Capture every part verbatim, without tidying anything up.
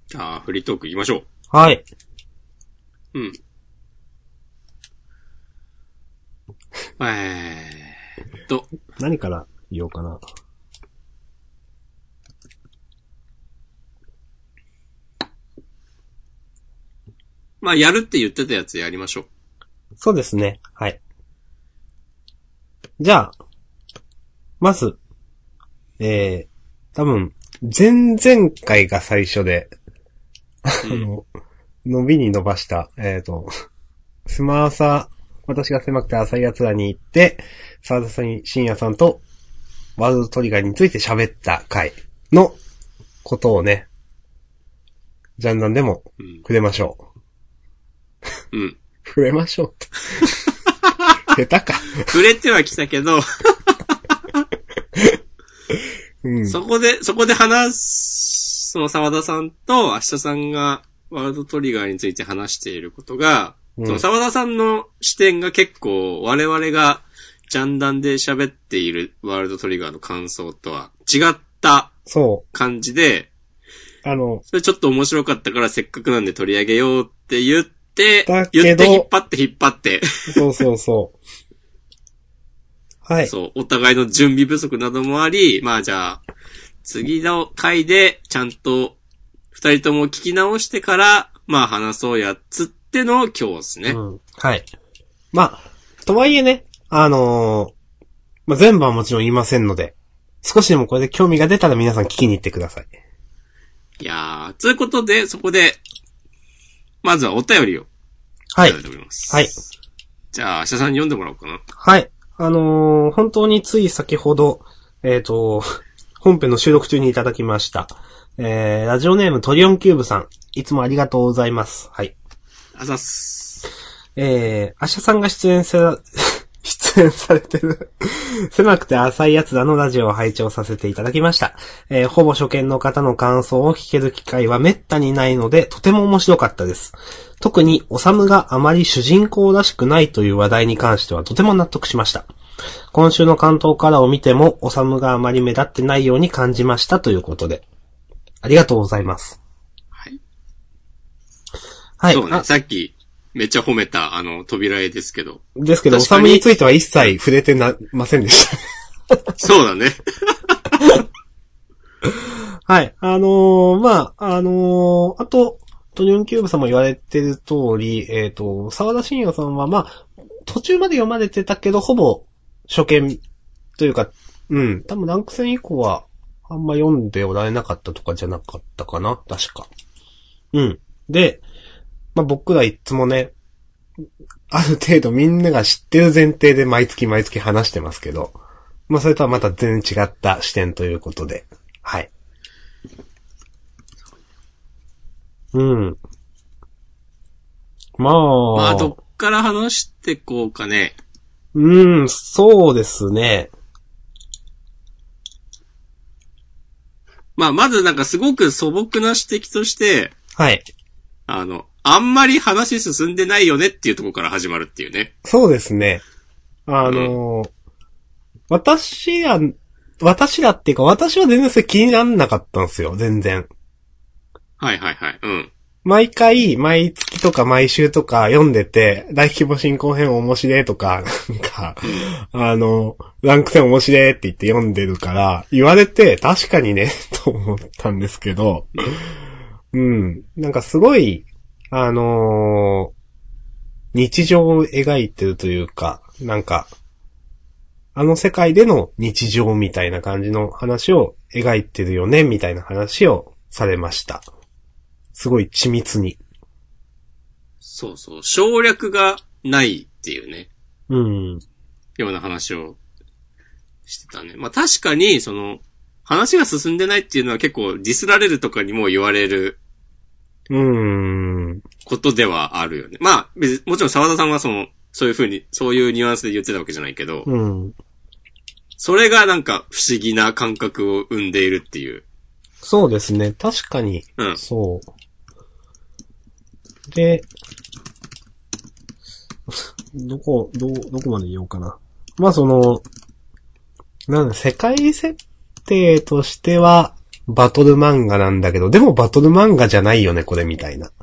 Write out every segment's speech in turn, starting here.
じゃあ、フリートーク行きましょう。 はい。 うん。えーっと。 何から言おうかな。 まあ、やるって言ってたやつやりましょう。 そうですね。はい。じゃあ、まず、えー、多分、前々回が最初で、うん、あの、伸びに伸ばした、えっと、スマーサ、私が狭くて浅い奴らに行って、沢田さん、深夜さんと、ワールドトリガーについて喋った回のことをね、ジャンダンでも触れましょう。うん。 触れましょうって。下手か。 触れてはきたけど、 うん、 そこで、そこで話す、その沢田さんと明日さんがワールドトリガーについて話していることが、うん、その沢田さんの視点が結構我々がジャンダンで喋っているワールドトリガーの感想とは違った感じで、 あの、 それちょっと面白かったからせっかくなんで取り上げようって言って、言って引っ張って引っ張って。 そうそうそう。はい。 そう、お互いの準備不足などもあり、まあじゃあ、次の回でちゃんと二人とも聞き直してから、まあ話そうやっつっての今日ですね。 うん。はい。まあ、とはいえね、あのー、まあ全部はもちろん言いませんので、少しでもこれで興味が出たら皆さん聞きに行ってください。 いやー、ということで、そこで、まずはお便りを。 はい。 いただいております。 はい。 じゃあ、明日さんに読んでもらおうかな。 はい。あのー、本当につい先ほど、えっと、本編の収録中にいただきました。えー、ラジオネームトリオンキューブさん。いつもありがとうございます。はい。 あざっす。 えー、アシャさんが出演さ、出演されてる狭くて浅いやつらのラジオを拝聴させていただきました。えー、ほぼ初見の方の感想を聞ける機会は滅多にないので、とても面白かったです。特に、おさむがあまり主人公らしくないという話題に関してはとても納得しました。今週の関東カラーを見ても、おさむがあまり目立ってないように感じましたということで。ありがとうございます。 はい。 はい。 そうね、さっき、めっちゃ褒めた、あの、扉絵ですけど。 ですけど、おさむについては一切触れてな、ませんでした。 そうだね。 はい。あのー、まあ、あのー、あと、トニオンキューブさんも言われてる通り、えっと、沢田信也さんは、まあ、途中まで読まれてたけど、ほぼ初見というか、うん、多分ランク戦以降は、あんま読んでおられなかったとかじゃなかったかな確か。うん。で、まあ、僕らいつもね、ある程度みんなが知ってる前提で毎月毎月話してますけど、まあ、それとはまた全然違った視点ということで、はい。うん。まあ。 まあ、どっから話してこうかね。 うん、そうですね。 まあ、まずなんかすごく素朴な指摘として、 はい。 あの、あんまり話進んでないよねっていうところから始まるっていうね。 そうですね。あの、うん、私ら、私らっていうか、私は全然それ気にならなかったんですよ、全然。 はいはいはい。うん。 毎回、毎月とか毎週とか読んでて、大規模進行編面白いとか、なんか、あの、ランク戦面白いって言って読んでるから、言われて確かにね、と思ったんですけど、うん。なんかすごい、あのー、日常を描いてるというか、なんか、あの世界での日常みたいな感じの話を描いてるよね、みたいな話をされました。すごい緻密に。 そうそう。省略がないっていうね。 うん。 ような話をしてたね。まあ確かに、その、話が進んでないっていうのは結構ディスられるとかにも言われる。 うーん。 ことではあるよね。まあ、別もちろん沢田さんはその、そういう風に、そういうニュアンスで言ってたわけじゃないけど。 うん。 それがなんか不思議な感覚を生んでいるっていう。 そうですね。確かに。 うん。 そう。で、どこ、ど、どこまで言おうかな。まあその、なんだ、世界設定としては、 バトル漫画なんだけど、でもバトル漫画じゃないよね、これみたいな。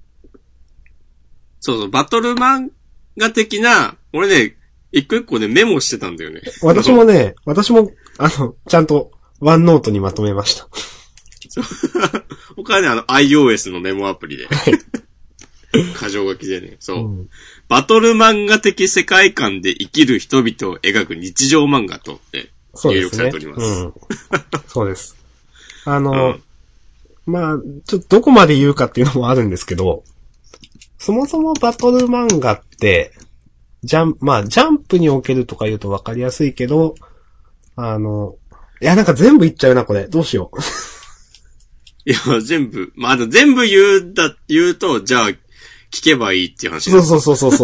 そうそう、バトル漫画的な、俺ね、一個一個ね、メモしてたんだよね。 私もね、私も、あの、ちゃんと、ワンノートにまとめました。 他はね、あの、iOS のメモアプリで。箇条書きでね。そう、うん。バトル漫画的世界観で生きる人々を描く日常漫画と、ね、入力されております。 うん、そうです。あの、うん、まあ、ちょっとどこまで言うかっていうのもあるんですけど、そもそもバトル漫画って、ジャン、まあ、ジャンプにおけるとか言うとわかりやすいけど、あの、いや、なんか全部言っちゃうな、これ。どうしよう。 いや、全部、まあ、全部言うだ、言うと、じゃあ、聞けばいいっていう話そうそうそうそうそう。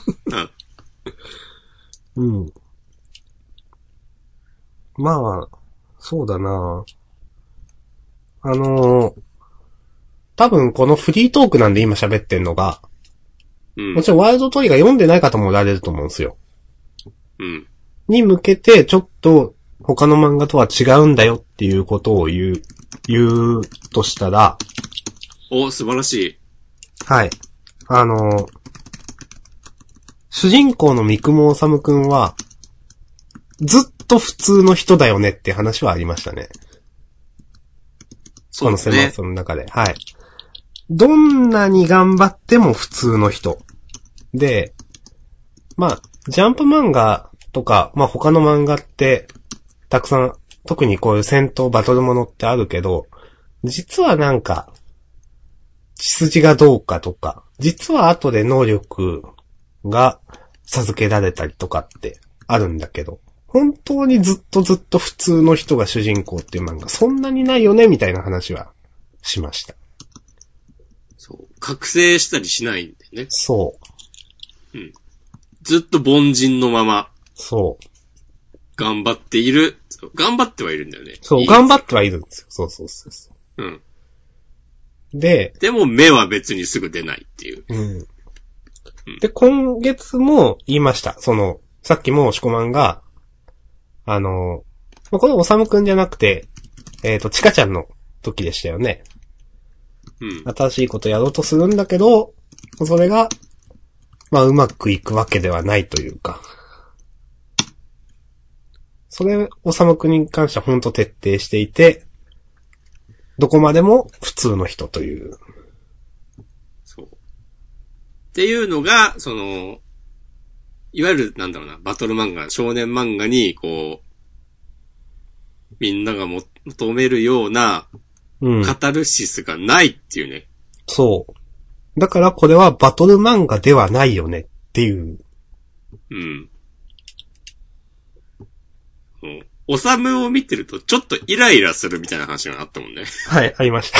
うん。うん。まあ、そうだな。あのー、多分このフリートークなんで今喋ってんのが、うん、もちろんワールドトリガー読んでない方もおられると思うんですよ。 うん。 に向けて、ちょっと他の漫画とは違うんだよっていうことを言う、言うとしたら。 お、素晴らしい。 はい。あの、主人公の三雲治くんは、ずっと普通の人だよねって話はありましたね。 そうですね。 このセマスの中で。はい。どんなに頑張っても普通の人。で、まあ、ジャンプ漫画とか、まあ他の漫画って、たくさん、特にこういう戦闘バトルものってあるけど、実はなんか、血筋がどうかとか、実は後で能力が授けられたりとかってあるんだけど、本当にずっとずっと普通の人が主人公っていう漫画そんなにないよねみたいな話はしました。 そう。覚醒したりしないんだよね。 そう。 うん。ずっと凡人のまま。 そう。 頑張っている。頑張ってはいるんだよね。 そう、いい頑張ってはいるんですよ。そうそうそうそう。 うん。 で、 でも目は別にすぐ出ないっていう。 うん。うん、で、今月も言いました。その、さっきもシコマンが、あの、これおさむくんじゃなくて、えっと、チカちゃんの時でしたよね。 うん。 新しいことやろうとするんだけど、それが、まあうまくいくわけではないというか。それ、おさむくんに関してはほんと徹底していて、どこまでも普通の人という。 そう。っていうのが、その、いわゆる、なんだろうな、バトル漫画、少年漫画に、こう、みんなが求めるような、 うん。 カタルシスがないっていうね。 そう。だからこれはバトル漫画ではないよねっていう。 うん。おさむを見てるとちょっとイライラするみたいな話があったもんね。 はい、ありました。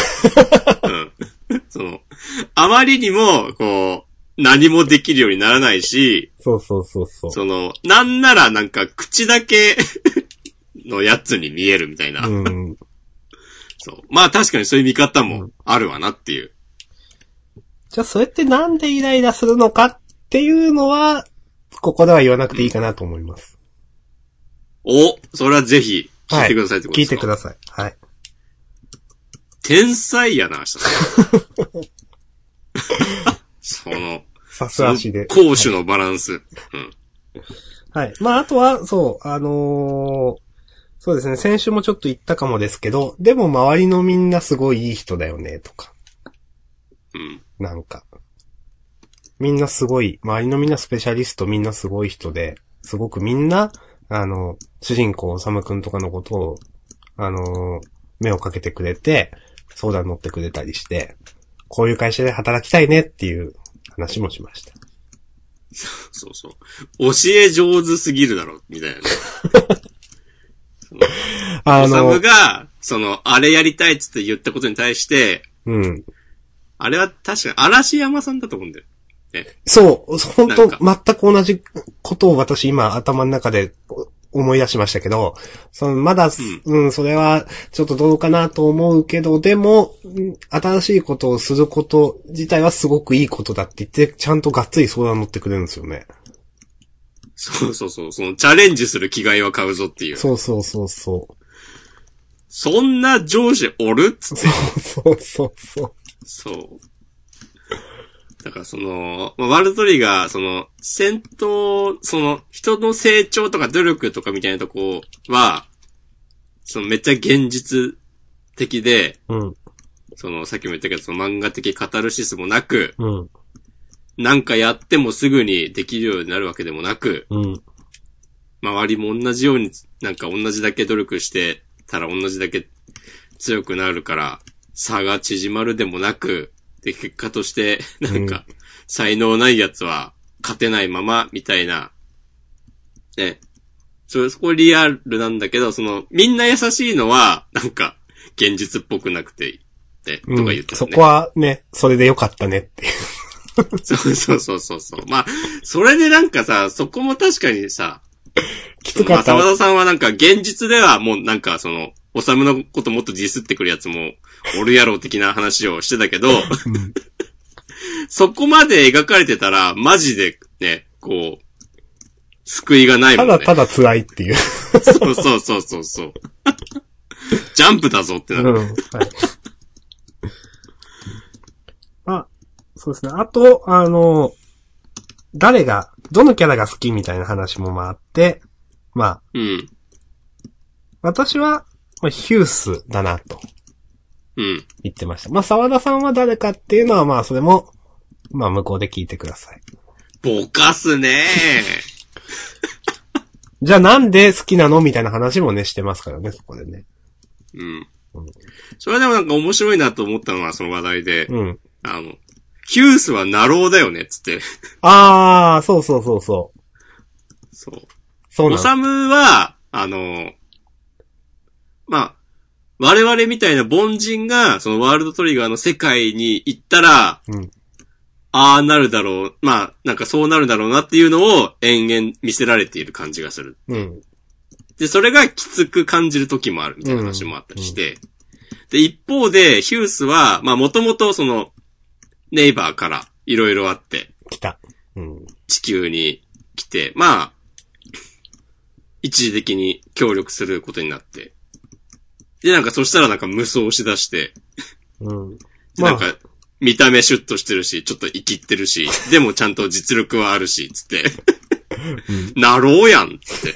うん。その、あまりにも、こう、何もできるようにならないし、 そうそうそうそう。 その、なんならなんか口だけのやつに見えるみたいな。 うん。 そう。まあ確かにそういう見方もあるわなっていう。 じゃあそれってなんでイライラするのかっていうのは、ここでは言わなくていいかなと思います。 うん、お、それはぜひ聞いてくださいってことですか、 はい、聞いてください。はい。 天才やな、明日。その、 さす足で。 攻守のバランス。はい、うん。 はい。まあ、あとは、そう、あのー、そうですね、先週もちょっと言ったかもですけど、でも周りのみんなすごいいい人だよね、とか。 うん。 なんか。みんなすごい、周りのみんなスペシャリストみんなすごい人で、すごくみんな、あの、主人公、サムくんとかのことを、あの、目をかけてくれて、相談乗ってくれたりして、こういう会社で働きたいねっていう話もしました。 そうそう。教え上手すぎるだろ、みたいな、ね。あの、サムが、その、あれやりたいっつって言ったことに対して、 うん。 あれは確か嵐山さんだと思うんだよ。ね、 そう、本当全く同じことを私今頭の中で思い出しましたけど、そのまだ、うん、うん、それはちょっとどうかなと思うけど、でも、新しいことをすること自体はすごくいいことだって言って、ちゃんとがっつり相談乗ってくれるんですよね。 そうそうそう、そのチャレンジする気概は買うぞっていう。 そうそうそうそう。 そんな上司おるっつって。 そうそうそう。 そう。だからその、まあ、ワールドトリガー、その、戦闘、その、人の成長とか努力とかみたいなとこは、そのめっちゃ現実的で、 うん。 その、さっきも言ったけど、その漫画的カタルシスもなく、 うん。 なんかやってもすぐにできるようになるわけでもなく、 うん。 周りも同じように、なんか同じだけ努力してたら同じだけ強くなるから、差が縮まるでもなく、で、結果として、なんか、才能ない奴は勝てないまま、みたいな、ね。そ、そこリアルなんだけど、その、みんな優しいのは、なんか、現実っぽくなくて、ね、とか言ってたね、 うん。そこはね、それでよかったねっていう。 そうそうそうそうそう。まあ、それでなんかさ、そこも確かにさ、 きつかった。 まあ、沢田さんはなんか現実ではもうなんかその、おさむのこともっとディスってくるやつもおるやろ的な話をしてたけど、うん、そこまで描かれてたらマジでね、こう、救いがないもんね。 ただただ辛いっていう。 そうそうそうそうそう。ジャンプだぞってなる。うん、はい。 あ、そうですね。あと、あの、誰が、どのキャラが好きみたいな話もまああって、まあ、 うん。 私は、まあ、ヒュースだなと。 うん。 言ってました。まあ、沢田さんは誰かっていうのはまあ、それも、まあ、向こうで聞いてください。 ぼかすねじゃあなんで好きなのみたいな話もね、してますからね、そこでね。 うん。うん、それでもなんか面白いなと思ったのは、その話題で。 うん。 あの、ヒュースはナローだよね、つって。 あー、そうそうそうそう。 そう。 そうなんおさむは、あの、まあ、我々みたいな凡人が、そのワールドトリガーの世界に行ったら、 うん、 ああなるだろう、まあ、なんかそうなるだろうなっていうのを延々見せられている感じがする。 うん。 で、それがきつく感じる時もあるみたいな話もあったりして。うんうん、で、一方で、ヒュースは、まあもともとその、ネイバーからいろいろあって。 来た。うん。 地球に来て、まあ、一時的に協力することになって。で、なんかそしたらなんか無双しだして。 うん。 まあ、なんか、見た目シュッとしてるし、ちょっと生きってるし、でもちゃんと実力はあるし、つって。うん、なろうやん、つって。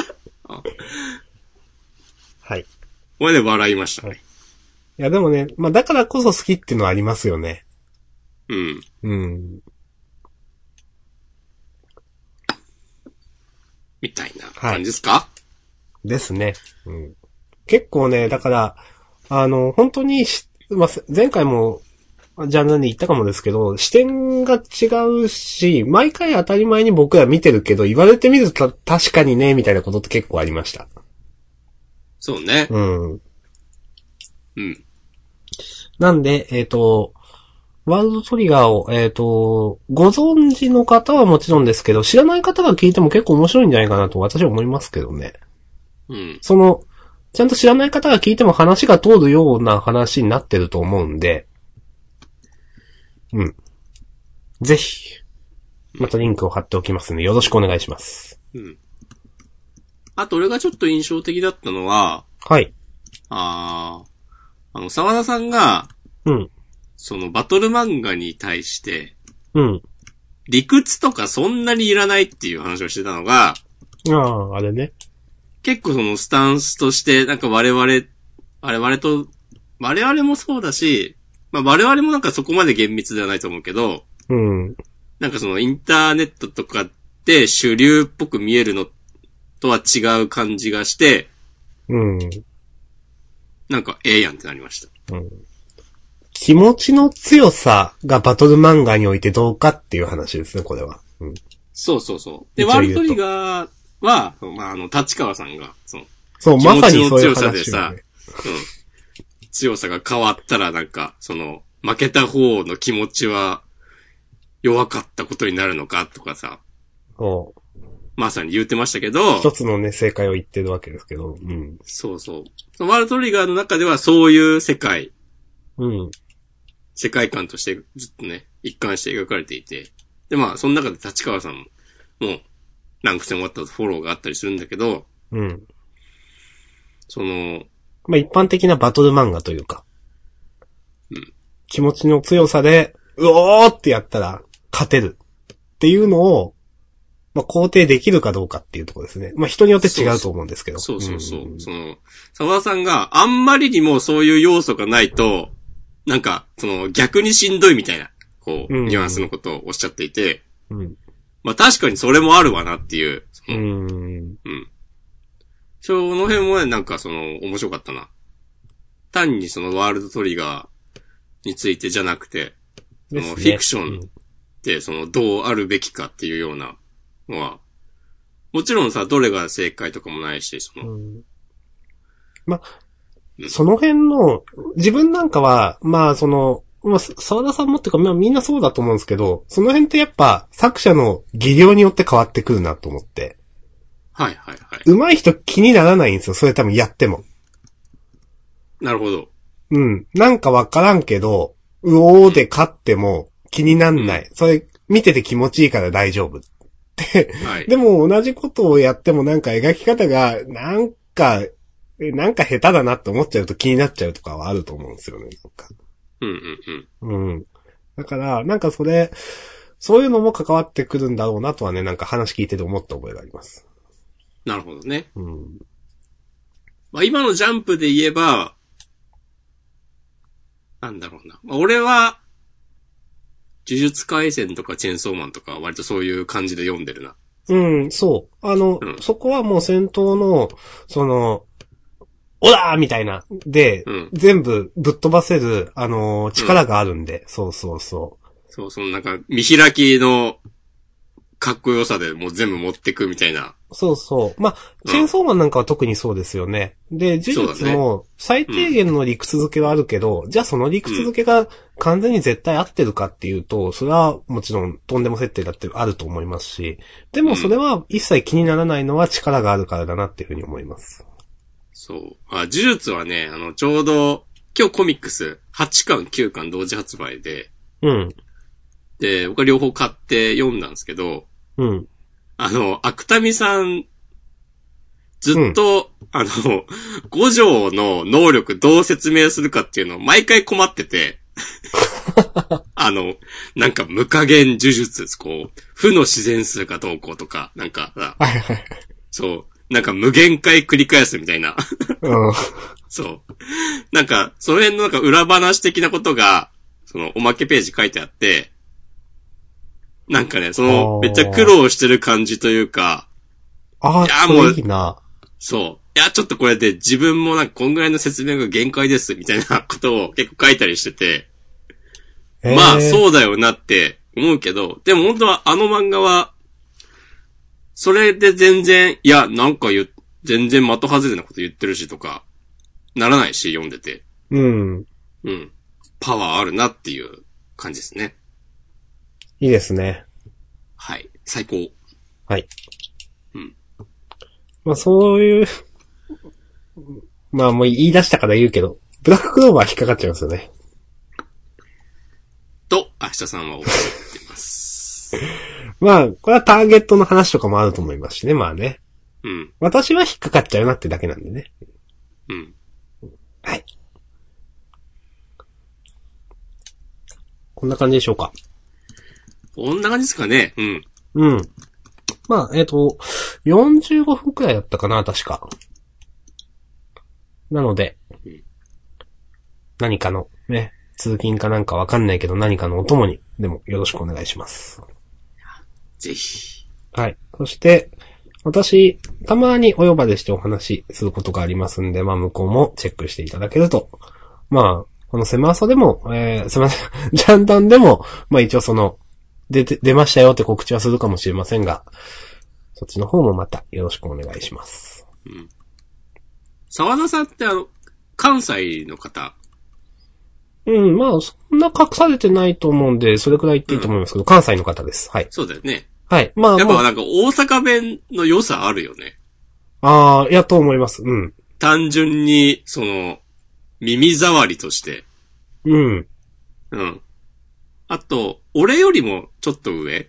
はい。 これで笑いましたね。はい、いや、でもね、まあだからこそ好きっていうのはありますよね。 うん。 うん。 みたいな感じですか、はい、 ですね。うん。結構ね、だから、あの、本当に、まあ、前回も、ジャンルで言ったかもですけど、視点が違うし、毎回当たり前に僕ら見てるけど、言われてみると確かにね、みたいなことって結構ありました。 そうね。 うん。うん。 なんで、えっと、ワールドトリガーを、えっと、ご存知の方はもちろんですけど、知らない方が聞いても結構面白いんじゃないかなと私は思いますけどね。 うん。 その、ちゃんと知らない方が聞いても話が通るような話になってると思うんで、うん。ぜひ、またリンクを貼っておきますので、よろしくお願いします。 うん。あと、俺がちょっと印象的だったのは、 はい。 ああ、あの、沢田さんが、 うん。 その、バトル漫画に対して、 うん。 理屈とかそんなにいらないっていう話をしてたのが、 ああ、あれね。 結構そのスタンスとして、なんか我々、我々と、我々もそうだし、まあ我々もなんかそこまで厳密ではないと思うけど、 うん。 なんかそのインターネットとかで主流っぽく見えるのとは違う感じがして、 うん。 なんかええやんってなりました。 うん。気持ちの強さがバトル漫画においてどうかっていう話ですね、これは。うん。 そうそうそう。で、ワールドトリガーは、まあ、あの、立川さんが、その、 そう、まさにそういう話、ね、 気持ちの強さでさ、うん。強さが変わったらなんか、その、負けた方の気持ちは弱かったことになるのかとかさ、 おまさに言ってましたけど、 一つのね、正解を言ってるわけですけど、うん。 そうそう。そのワールドトリガーの中ではそういう世界、 うん。 世界観としてずっとね、一貫して描かれていて、で、まあ、その中で立川さんも、ランク戦終わった後フォローがあったりするんだけど、 うん。 その、 まあ一般的なバトル漫画というか、 うん、 気持ちの強さで、うおーってやったら勝てるっていうのを、まあ肯定できるかどうかっていうところですね。まあ人によって違うと思うんですけど。 そうそうそう。うん、その、沢田さんがあんまりにもそういう要素がないと、なんか、その逆にしんどいみたいな、こう、ニュアンスのことをおっしゃっていて、 うん、 まあ確かにそれもあるわなっていう。 うん。うん。 その辺もね、なんかその、面白かったな。単にそのワールドトリガーについてじゃなくて、そのフィクションってそのどうあるべきかっていうようなのは、もちろんさ、どれが正解とかもないし、その。うん、 ま、うん、その辺の、自分なんかは、まあその、まあ、沢田さんもっていうか、まあみんなそうだと思うんですけど、その辺ってやっぱ作者の技量によって変わってくるなと思って。 はいはいはい。 上手い人気にならないんですよ、それ多分やっても。 なるほど。 うん。なんかわからんけど、うおーで勝っても気になんない。うん、それ見てて気持ちいいから大丈夫。で、はい、でも同じことをやってもなんか描き方が、なんか、なんか下手だなって思っちゃうと気になっちゃうとかはあると思うんですよね、なんか。 うんうんうん。 うん。だから、なんかそれ、そういうのも関わってくるんだろうなとはね、なんか話聞いてて思った覚えがあります。 なるほどね。 うん。 まあ今のジャンプで言えば、なんだろうな。まあ、俺は、呪術廻戦とかチェンソーマンとか割とそういう感じで読んでるな。 うん、そう。あの、うん、そこはもう戦闘の、その、オラーみたいな、で、うん、全部ぶっ飛ばせる、あのー、力があるんで、うん、そうそうそう。 そう、そのなんか、見開きの、かっこよさでもう全部持ってくみたいな。 そうそう。まあ、チェーンソーマンなんかは特にそうですよね。うん、で、呪術も最低限の理屈付けはあるけど、うん、じゃあその理屈付けが完全に絶対合ってるかっていうと、それはもちろんとんでも設定だってあると思いますし、でもそれは一切気にならないのは力があるからだなっていうふうに思います。 そう。あ、呪術はね、あの、ちょうど、今日コミックスはちかんきゅうかん同時発売で、 うん。 で、僕は両方買って読んだんですけど、 うん。 あの、芥見さん、ずっと、うん、あの、五条の能力どう説明するかっていうのを毎回困ってて、あの、なんか無加減呪術、こう、負の自然数がどうこうとか、なんか、そう、なんか無限回繰り返すみたいな。 うん、 そう。なんか、その辺のなんか裏話的なことが、そのおまけページ書いてあって、なんかね、その、めっちゃ苦労してる感じというか、 ああ、いやもういいな。 そう。いや、ちょっとこれで自分もなんかこんぐらいの説明が限界です、みたいなことを結構書いたりしてて、まあ、そうだよなって思うけど、でも本当はあの漫画は、それで全然、いや、なんか言う、全然的外れなこと言ってるしとか、ならないし、読んでて。 うん。 うん。パワーあるなっていう感じですね。 いいですね。 はい。最高。 はい。 うん。 まあそういう、まあもう言い出したから言うけど、ブラッククローバー引っかかっちゃいますよね。 と、明日さんは思っています。 まあ、これはターゲットの話とかもあると思いますしね、まあね。 うん。 私は引っかかっちゃうなってだけなんでね。 うん。 はい。こんな感じでしょうか。 こんな感じですかね。うん。 うん。まあ、えっと、よんじゅうごふんくらいだったかな、確か。なので、うん、何かのね、通勤かなんかわかんないけど何かのお供にでもよろしくお願いします。 ぜひ。 はい。そして、私、たまにお呼ばれしてお話しすることがありますんで、まあ向こうもチェックしていただけると。まあ、このセマソでも、えー、すいません、ジャンダンでも、まあ一応その、出て、出ましたよって告知はするかもしれませんが、そっちの方もまたよろしくお願いします。 うん。沢田さんってあの、関西の方？ うん、まあ、そんな隠されてないと思うんで、それくらい言っていいと思いますけど、うん、関西の方です。はい。 そうだよね。 はい。まあ、 やっぱなんか大阪弁の良さあるよね。 ああ、いやと思います。うん。 単純に、その、耳障りとして。 うん。 うん。あと、俺よりもちょっと上？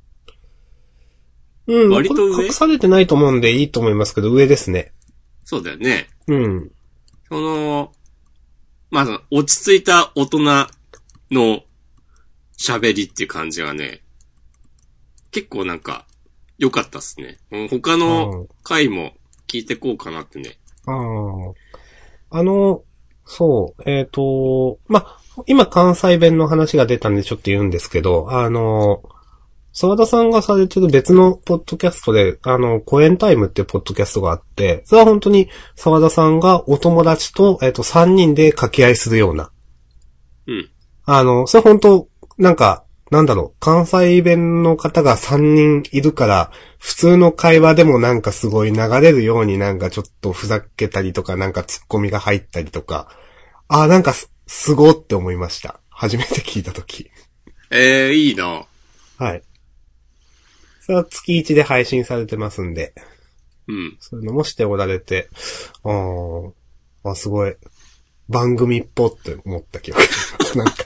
うん。割と上？隠されてないと思うんでいいと思いますけど、上ですね。 そうだよね。 うん。 その、まあその、落ち着いた大人の喋りっていう感じがね、結構なんか、良かったっすね。他の回も聞いてこうかなってね。 ああ。あの、そう、えっと、ま、今関西弁の話が出たんでちょっと言うんですけど、あの、沢田さんがされてる別のポッドキャストで、あの、コエンタイムっていうポッドキャストがあって、それは本当に沢田さんがお友達と、えっと、さんにんで掛け合いするような。 うん。 あの、それ本当なんか、なんだろう、関西弁の方がさんにんいるから、普通の会話でもなんかすごい流れるようになんかちょっとふざけたりとか、なんかツッコミが入ったりとか、ああ、なんかす、すごって思いました。初めて聞いたとき。 ええー、いいな。 はい。それは月いちで配信されてますんで。 うん。 そういうのもしておられて、あーあ、すごい、番組っぽって思った気がします。なんか。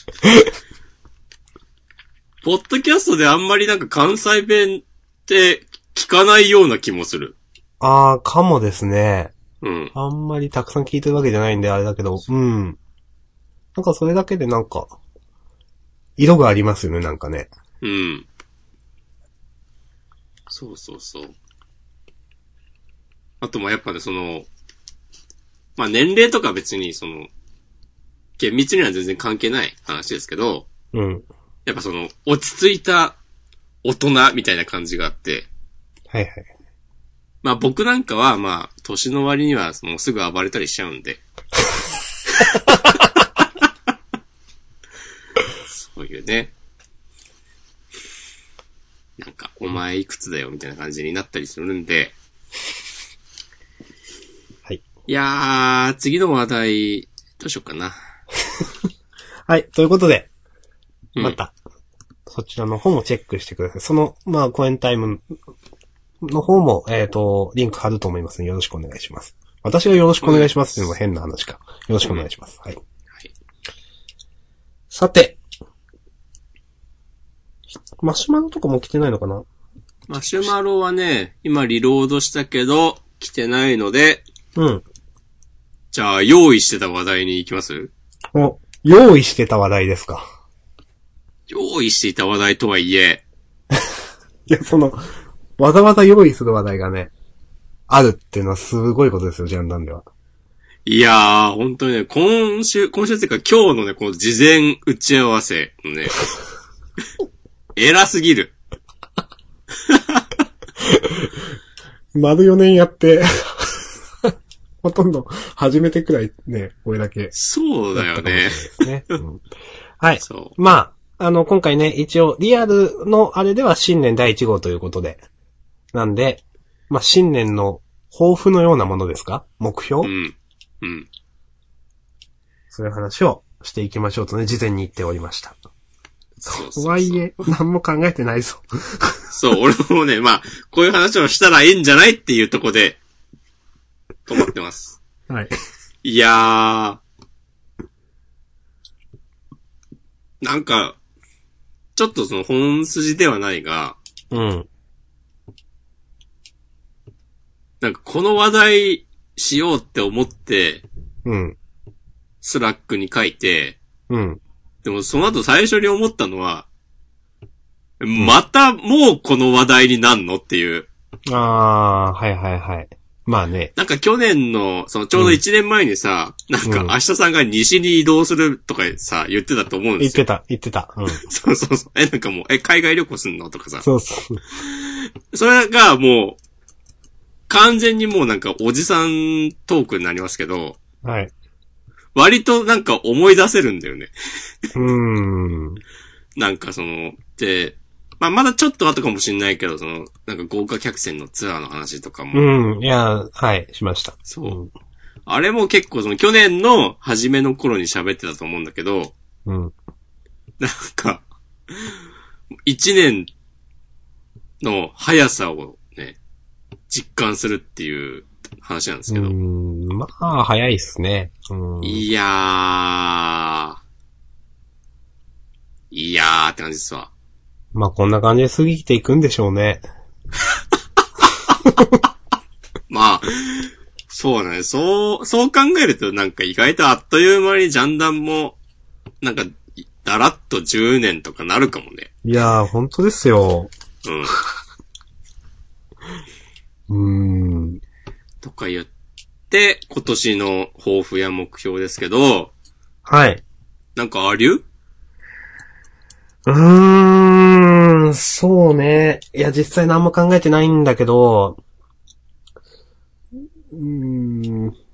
ポッドキャストであんまりなんか関西弁って聞かないような気もする。 ああ、かもですね。 うん。 あんまりたくさん聞いてるわけじゃないんであれだけど、うん。なんかそれだけでなんか、色がありますよね、なんかね。 うん。そうそうそう。あとまあやっぱね、その、まあ年齢とか別にその、厳密には全然関係ない話ですけど、 うん。 やっぱその、落ち着いた大人みたいな感じがあって、 はいはい。 まあ僕なんかはまあ、年の割にはもうすぐ暴れたりしちゃうんで。そういうね。なんか、お前いくつだよみたいな感じになったりするんで。 はい。 いやー、次の話題、どうしようかな。 はい、ということで、 うん、 また、そちらの方もチェックしてください。その、まあ、コエンタイムの方も、えっと、リンク貼ると思いますので、よろしくお願いします。私がよろしくお願いしますっていうのも変な話か。よろしくお願いします。うん、はい。はい。さて、マシュマロとかも来てないのかな？ マシュマロはね、今リロードしたけど、来てないので、 うん。 じゃあ、用意してた話題に行きます？ お、用意してた話題ですか。 用意していた話題とはいえ。 いや、その、わざわざ用意する話題がね、あるっていうのはすごいことですよ、ジャンダンでは。 いやー、本当にね、今週、今週っていうか今日のね、この事前打ち合わせのね、偉すぎる。 丸よねんやって、ほとんど初めてくらいね、これだけ。 そうだよね。 ねうん、はい。 そう。 まあ、あの、今回ね、一応、リアルのあれでは新年だいいち号ということで。なんで、まあ、新年の抱負のようなものですか？目標？ うん。うん。 そういう話をしていきましょうとね、事前に言っておりました。 そうそうそう。 とはいえ、何も考えてないぞ。 そう、俺もね、まあ、こういう話をしたらいいんじゃないっていうとこで、と思ってます。 はい。 いやー、なんか、ちょっとその本筋ではないが、 うん。 なんかこの話題しようって思って、 うん。 スラックに書いて、 うん。 でもその後最初に思ったのは、うん、またもうこの話題になんのっていう。 あー、はいはいはい。まあね。 なんか去年の、そのちょうどいちねんまえにさ、うん、なんか明日さんが西に移動するとかさ、言ってたと思うんですよ。 言ってた、言ってた。うん。 そうそうそう。え、なんかもう、え、海外旅行すんのとかさ。 そうそう。 それがもう、完全にもうなんかおじさんトークになりますけど、 はい。 割となんか思い出せるんだよね。 うーん。 なんかその、で、まあまだちょっと後かもしんないけど、その、なんか豪華客船のツアーの話とかも。 うん。いや、はい、しました。 そう。うん、あれも結構その去年の初めの頃に喋ってたと思うんだけど、 うん。 なんか、一年の速さをね、実感するっていう話なんですけど。 うーん、まあ、早いっすね。うん、 いやー。いやーって感じですわ。 まあ、こんな感じで過ぎていくんでしょうね。 まあ、 そうね。そう、そう考えるとなんか意外とあっという間にジャンダンも、なんか、だらっとじゅうねんとかなるかもね。 いやー、本当ですよ。うん。うーん。 とか言って、今年の抱負や目標ですけど、 はい。 なんかありゅうーん、そうね。いや、実際何も考えてないんだけど、うーん。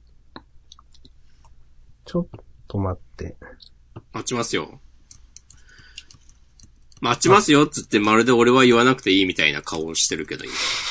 ちょっと待って。 待ちますよ。待ちますよっつってまるで俺は言わなくていいみたいな顔をしてるけど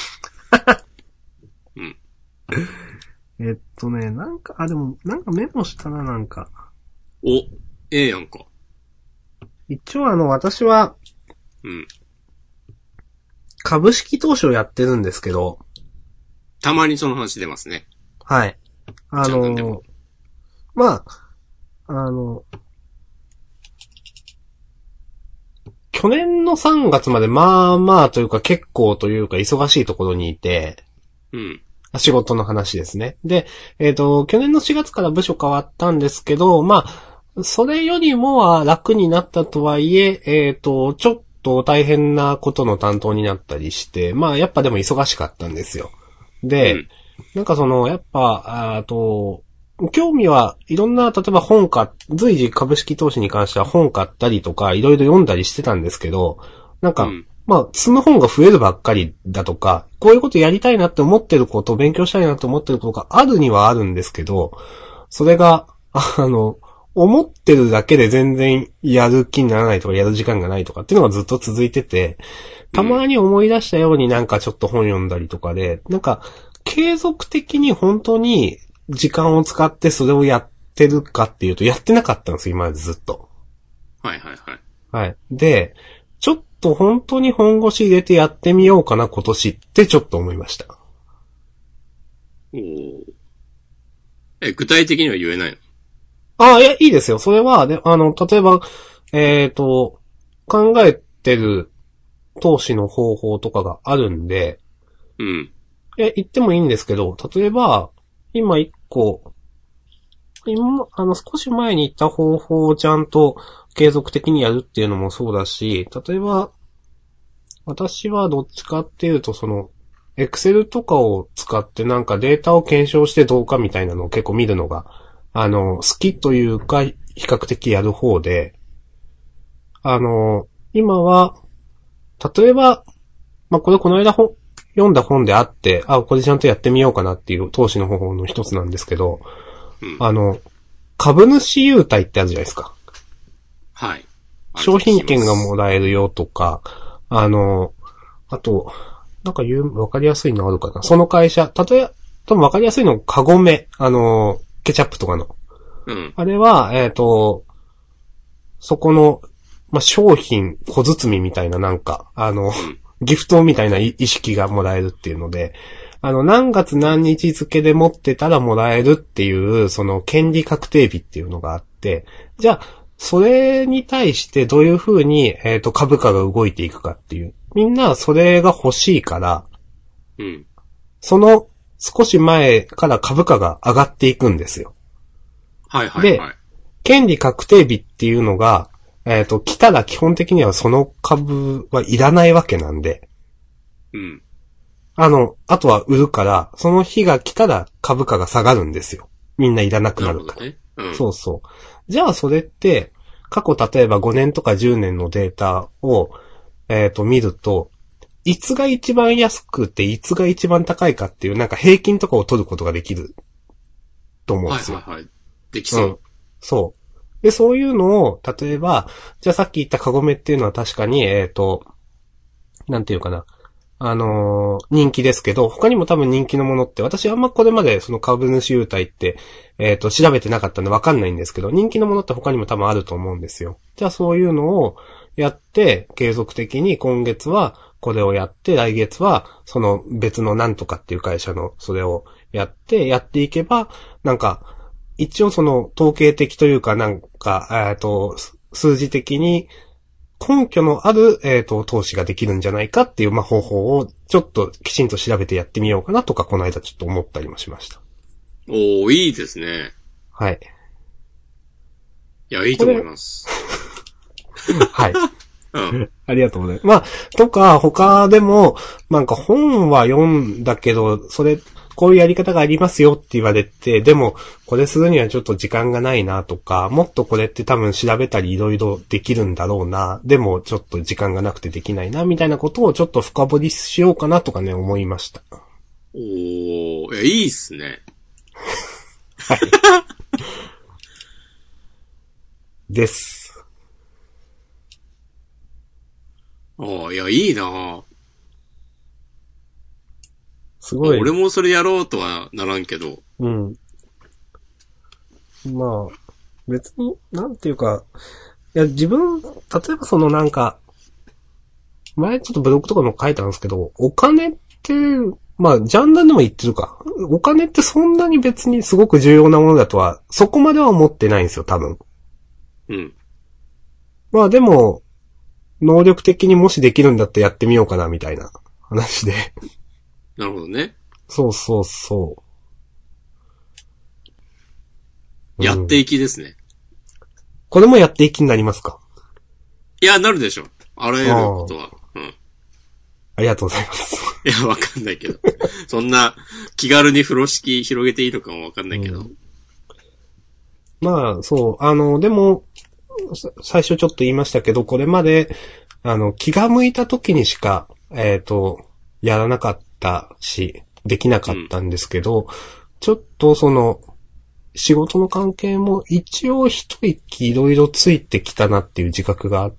今。 うん。えっとね、なんか、あ、でも、なんかメモしたな、なんか。 お、ええやんか。 一応あの、私は、 うん。 株式投資をやってるんですけど。 たまにその話出ますね。 はい。あの、まあ、あの、去年のさんがつまでまあまあというか結構というか忙しいところにいて、 うん。 仕事の話ですね。で、えっと、去年のしがつから部署変わったんですけど、まあ、それよりもは楽になったとはいえ、えっと、ちょっと大変なことの担当になったりして、まあ、やっぱでも忙しかったんですよ。で、うん、なんかその、やっぱ、あと、興味はいろんな、例えば本買っ、随時株式投資に関しては本買ったりとか、いろいろ読んだりしてたんですけど、なんか、うん、まあ、積む本が増えるばっかりだとか、こういうことやりたいなって思ってること、勉強したいなって思ってることがあるにはあるんですけど、それが、あの、思ってるだけで全然やる気にならないとか、やる時間がないとかっていうのがずっと続いてて、たまに思い出したようになんかちょっと本読んだりとかで、なんか、継続的に本当に時間を使ってそれをやってるかっていうと、やってなかったんですよ、今までずっと。 はいはいはい。 はい。で、ちょっと本当に本腰入れてやってみようかな、今年ってちょっと思いました。 おー。え、具体的には言えないの？ ああ、いや、いいですよ。それは、で、あの、例えば、えっと、考えてる投資の方法とかがあるんで、 うん。 え、言ってもいいんですけど、例えば、今一個、今、あの、少し前に言った方法をちゃんと継続的にやるっていうのもそうだし、例えば、私はどっちかっていうと、その、エクセルとかを使ってなんかデータを検証してどうかみたいなのを結構見るのが、あの、好きというか、比較的やる方で、あの、今は、例えば、まあ、これこの間本、読んだ本であって、あ、これちゃんとやってみようかなっていう投資の方法の一つなんですけど、うん、あの、株主優待ってあるじゃないですか。 はい。 商品券がもらえるよとか、あの、あと、なんか言う、わかりやすいのあるかな。その会社、たとえ、多分わかりやすいの、カゴメ、あの、ケチャップとかの。 うん。 あれは、えっと、そこの、まあ、商品、小包みみたいななんか、あの、うん、ギフトみたいな意識がもらえるっていうので、あの、何月何日付で持ってたらもらえるっていう、その、権利確定日っていうのがあって、じゃあ、それに対してどういう風に、えっと、株価が動いていくかっていう。みんなそれが欲しいから、 うん。 その少し前から株価が上がっていくんですよ。 はいはいはい。 で、権利確定日っていうのが、えっと、来たら基本的にはその株はいらないわけなんで。 うん。 あの、あとは売るから、その日が来たら株価が下がるんですよ。みんないらなくなるから。 ね、うん。 そうそう。じゃあそれって、過去例えばごねんとかじゅうねんのデータを、えっと、見ると、いつが一番安くて、いつが一番高いかっていう、なんか平均とかを取ることができる、と思うんですよ。 はいはいはい。できそう。うん。 そう。で、そういうのを、例えば、じゃあさっき言ったカゴメっていうのは確かに、えっと、なんていうかな。あのー、人気ですけど、他にも多分人気のものって、私あんまこれまでその株主優待って、えっと、調べてなかったんでわかんないんですけど、人気のものって他にも多分あると思うんですよ。じゃあそういうのをやって、継続的に今月はこれをやって、来月はその別のなんとかっていう会社のそれをやって、やっていけば、なんか、一応その統計的というかなんか、えっと、数字的に、 根拠のある、えっと、投資ができるんじゃないかっていう、まあ、方法をちょっときちんと調べてやってみようかなとか、この間ちょっと思ったりもしました。 おー、いいですね。 はい。 いや、いいと思います。 はい。 うん。 ありがとうございます。まあ、とか、他でも、なんか本は読んだけど、それ、こういうやり方がありますよって言われて、でも、これするにはちょっと時間がないなとか、もっとこれって多分調べたりいろいろできるんだろうな、でもちょっと時間がなくてできないな、みたいなことをちょっと深掘りしようかなとかね、思いました。 おー、いや、いいっすね。 はい。です。 ああ、いや、いいなすごい。 俺もそれやろうとはならんけど。 うん。まあ、別に、なんていうか、いや、自分、例えばそのなんか、前ちょっとブログとかも書いたんですけど、お金って、まあ、ジャンダンでも言ってるか。お金ってそんなに別にすごく重要なものだとは、そこまでは思ってないんですよ、多分。 うん。 まあでも、能力的にもしできるんだったらやってみようかな、みたいな話で。 なるほどね。 そうそうそう。 やっていきですね。 これもやっていきになりますか？ いや、なるでしょ。あらゆることは。うん。 ありがとうございます。 いや、わかんないけど。そんな、気軽に風呂敷広げていいのかもわかんないけど。うん、 まあ、そう。あの、でも、最初ちょっと言いましたけど、これまで、あの、気が向いた時にしか、えっと、やらなかったし、できなかったんですけど、うん、ちょっとその、仕事の関係も一応一息いろいろついてきたなっていう自覚があって、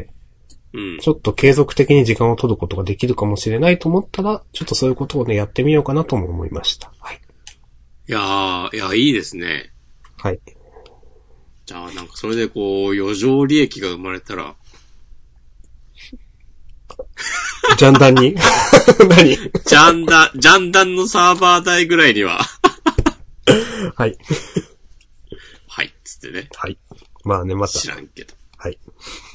うん、ちょっと継続的に時間を取ることができるかもしれないと思ったら、ちょっとそういうことをね、やってみようかなとも思いました。はい。 いやー、いや、いいですね。 はい。 じゃあ、なんかそれでこう、余剰利益が生まれたら。 ジャンダンに何ジャンダン、ジャンダンのサーバー代ぐらいには。 はい。 はい、つってね。 はい。まあね、また。 知らんけど。 はい。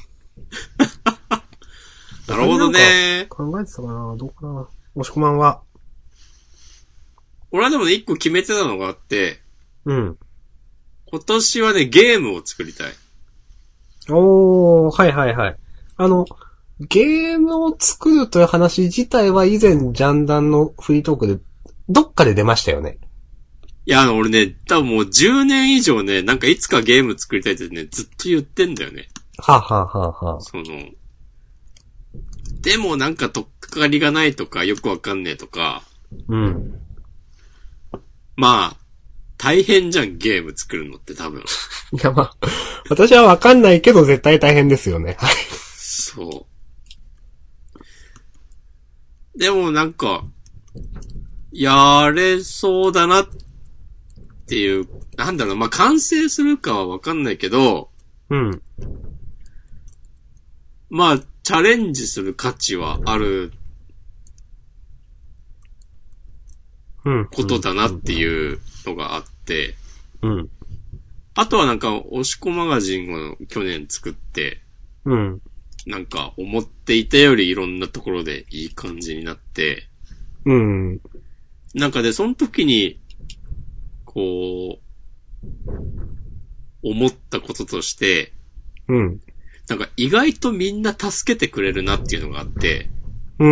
なるほどね。 考えてたかな、どうかな。もしこまんは。 俺はでもね、一個決めてたのがあって。 うん。 今年はね、ゲームを作りたい。 おー、はいはいはい。あの、ゲームを作るという話自体は以前ジャンダンのフリートークで、どっかで出ましたよね。 いや、あの、俺ね、多分もうじゅうねん以上ね、なんかいつかゲーム作りたいってね、ずっと言ってんだよね。 はぁ、はぁはぁはぁ、 その、でもなんかとっかかりがないとか、よくわかんねえとか。 うん。 まあ、大変じゃん、ゲーム作るのって多分。 いや、まあ、私はわかんないけど絶対大変ですよね。はい。 そう。でもなんか、やれそうだなっていう、なんだろう、まあ、完成するかはわかんないけど、 うん。 まあ、チャレンジする価値はある、 うん。 ことだなっていうのがあって、 うん。 あとはなんか、押し子マガジンを去年作って、 うん。 なんか、思っていたよりいろんなところでいい感じになって、 うん。 なんかで、その時に、こう、思ったこととして、 うん。 なんか意外とみんな助けてくれるなっていうのがあって、 うん。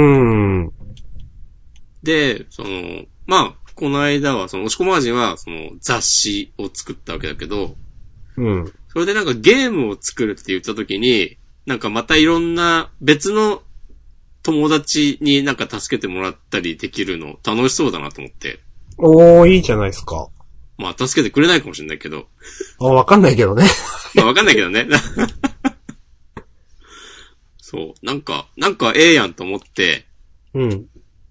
で、その、まあ、この間は、その、押し込まマガジンは、その、雑誌を作ったわけだけど、 うん。 それでなんかゲームを作るって言った時に、なんかまたいろんな別の友達になんか助けてもらったりできるの楽しそうだなと思って。 おー、いいじゃないですか。 まあ、助けてくれないかもしれないけど。 あ、わかんないけどね。 まあ、わかんないけどね。そう。なんか、なんかええやんと思って。 うん。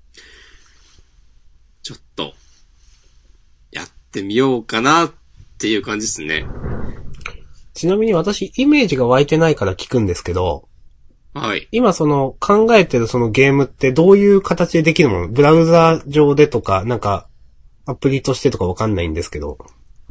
ちょっと、やってみようかなっていう感じですね。 ちなみに私、イメージが湧いてないから聞くんですけど。 はい。 今その、考えてるそのゲームってどういう形でできるもの？ブラウザ上でとか、なんか、アプリとしてとかわかんないんですけど。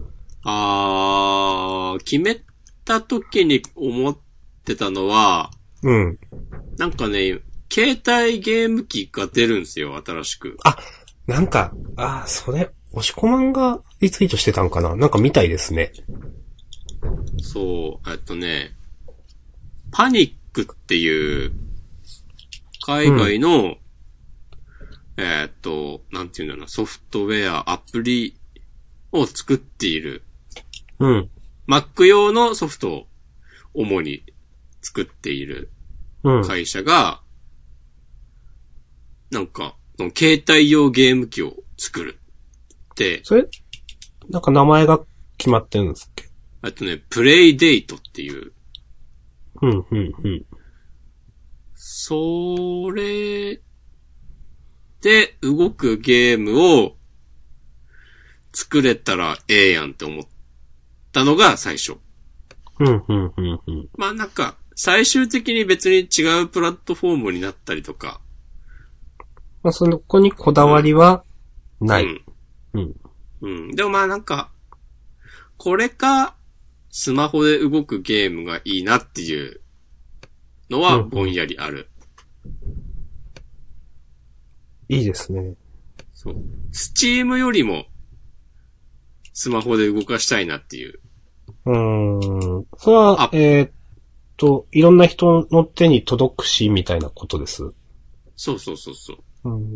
あー、決めた時に思ってたのは、 うん。 なんかね、携帯ゲーム機が出るんですよ、新しく。 あ、なんか、あ、それ、押し込まんがリツイートしてたんかななんか見たいですね。 そう、えっとね、パニックっていう、海外の、うん、えー、っと、なんていうんだろうな、ソフトウェア、アプリを作っている。 うん。 Mac 用のソフトを主に作っている会社が、うん、なんか、携帯用ゲーム機を作るって。 それなんか名前が決まってるんですっけ？ あとね、プレイデートっていう。 うん、うん、うん。 それで動くゲームを作れたらええやんって思ったのが最初。 うん、うん、うん、うん。 まあなんか、最終的に別に違うプラットフォームになったりとか。 まあその子にこだわりはない。うん。 うん。うん。でもまあなんか、これか、スマホで動くゲームがいいなっていうのはぼんやりある。 うん、いいですね。 そう。スチームよりも、スマホで動かしたいなっていう。 うーん。それは、えー、っと、いろんな人の手に届くし、みたいなことです。 そうそうそうそう。 うん。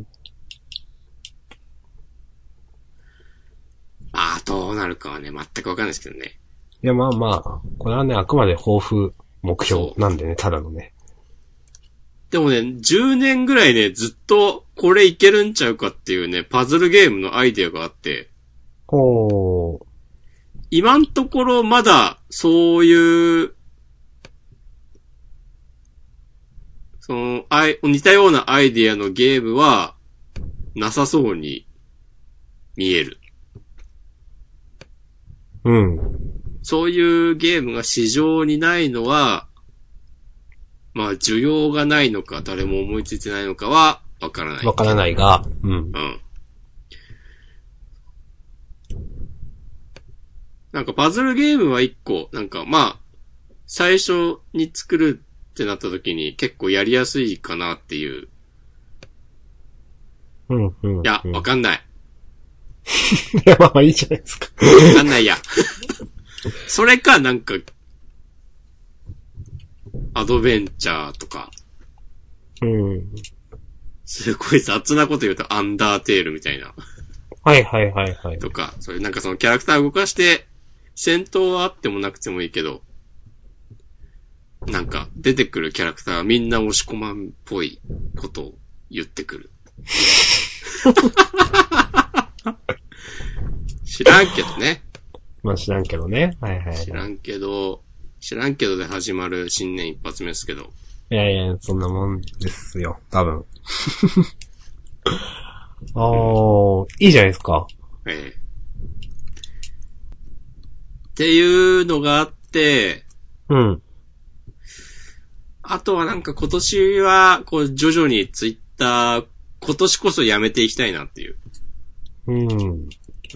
まあ、どうなるかはね、全くわかんないですけどね。 いや、まあまあ、これはね、あくまで抱負、目標なんでね、ただのね。 でもね、じゅうねんぐらいね、ずっとこれいけるんちゃうかっていうね、パズルゲームのアイデアがあって。 ほー。 今んところまだ、そういう、その、あい、似たようなアイデアのゲームは、なさそうに見える。 うん。 そういうゲームが市場にないのは、まあ、需要がないのか、誰も思いついてないのかは、わからない。 わからないが、うん。うん。 なんかパズルゲームは一個、なんかまあ、最初に作るってなった時に結構やりやすいかなっていう。 うん、うん。 いや、わかんない。 いや、まあまあいいじゃないですか。 わかんないや。それか、なんか、アドベンチャーとか。 うん。 すごい雑なこと言うとアンダーテールみたいな。 はいはいはいはい。 とか、そういうなんかそのキャラクターを動かして、戦闘はあってもなくてもいいけど、なんか出てくるキャラクターはみんな押し込まんっぽいことを言ってくる。知らんけどね。 まあ知らんけどね。はいはい、はい。 知らんけど、知らんけどで始まる新年一発目ですけど。 いやいや、そんなもんですよ、多分。あー、いいじゃないですか。 ええ。っていうのがあって、 うん。 あとはなんか今年は、こう徐々にツイッター、今年こそやめていきたいなっていう。 うん。うん。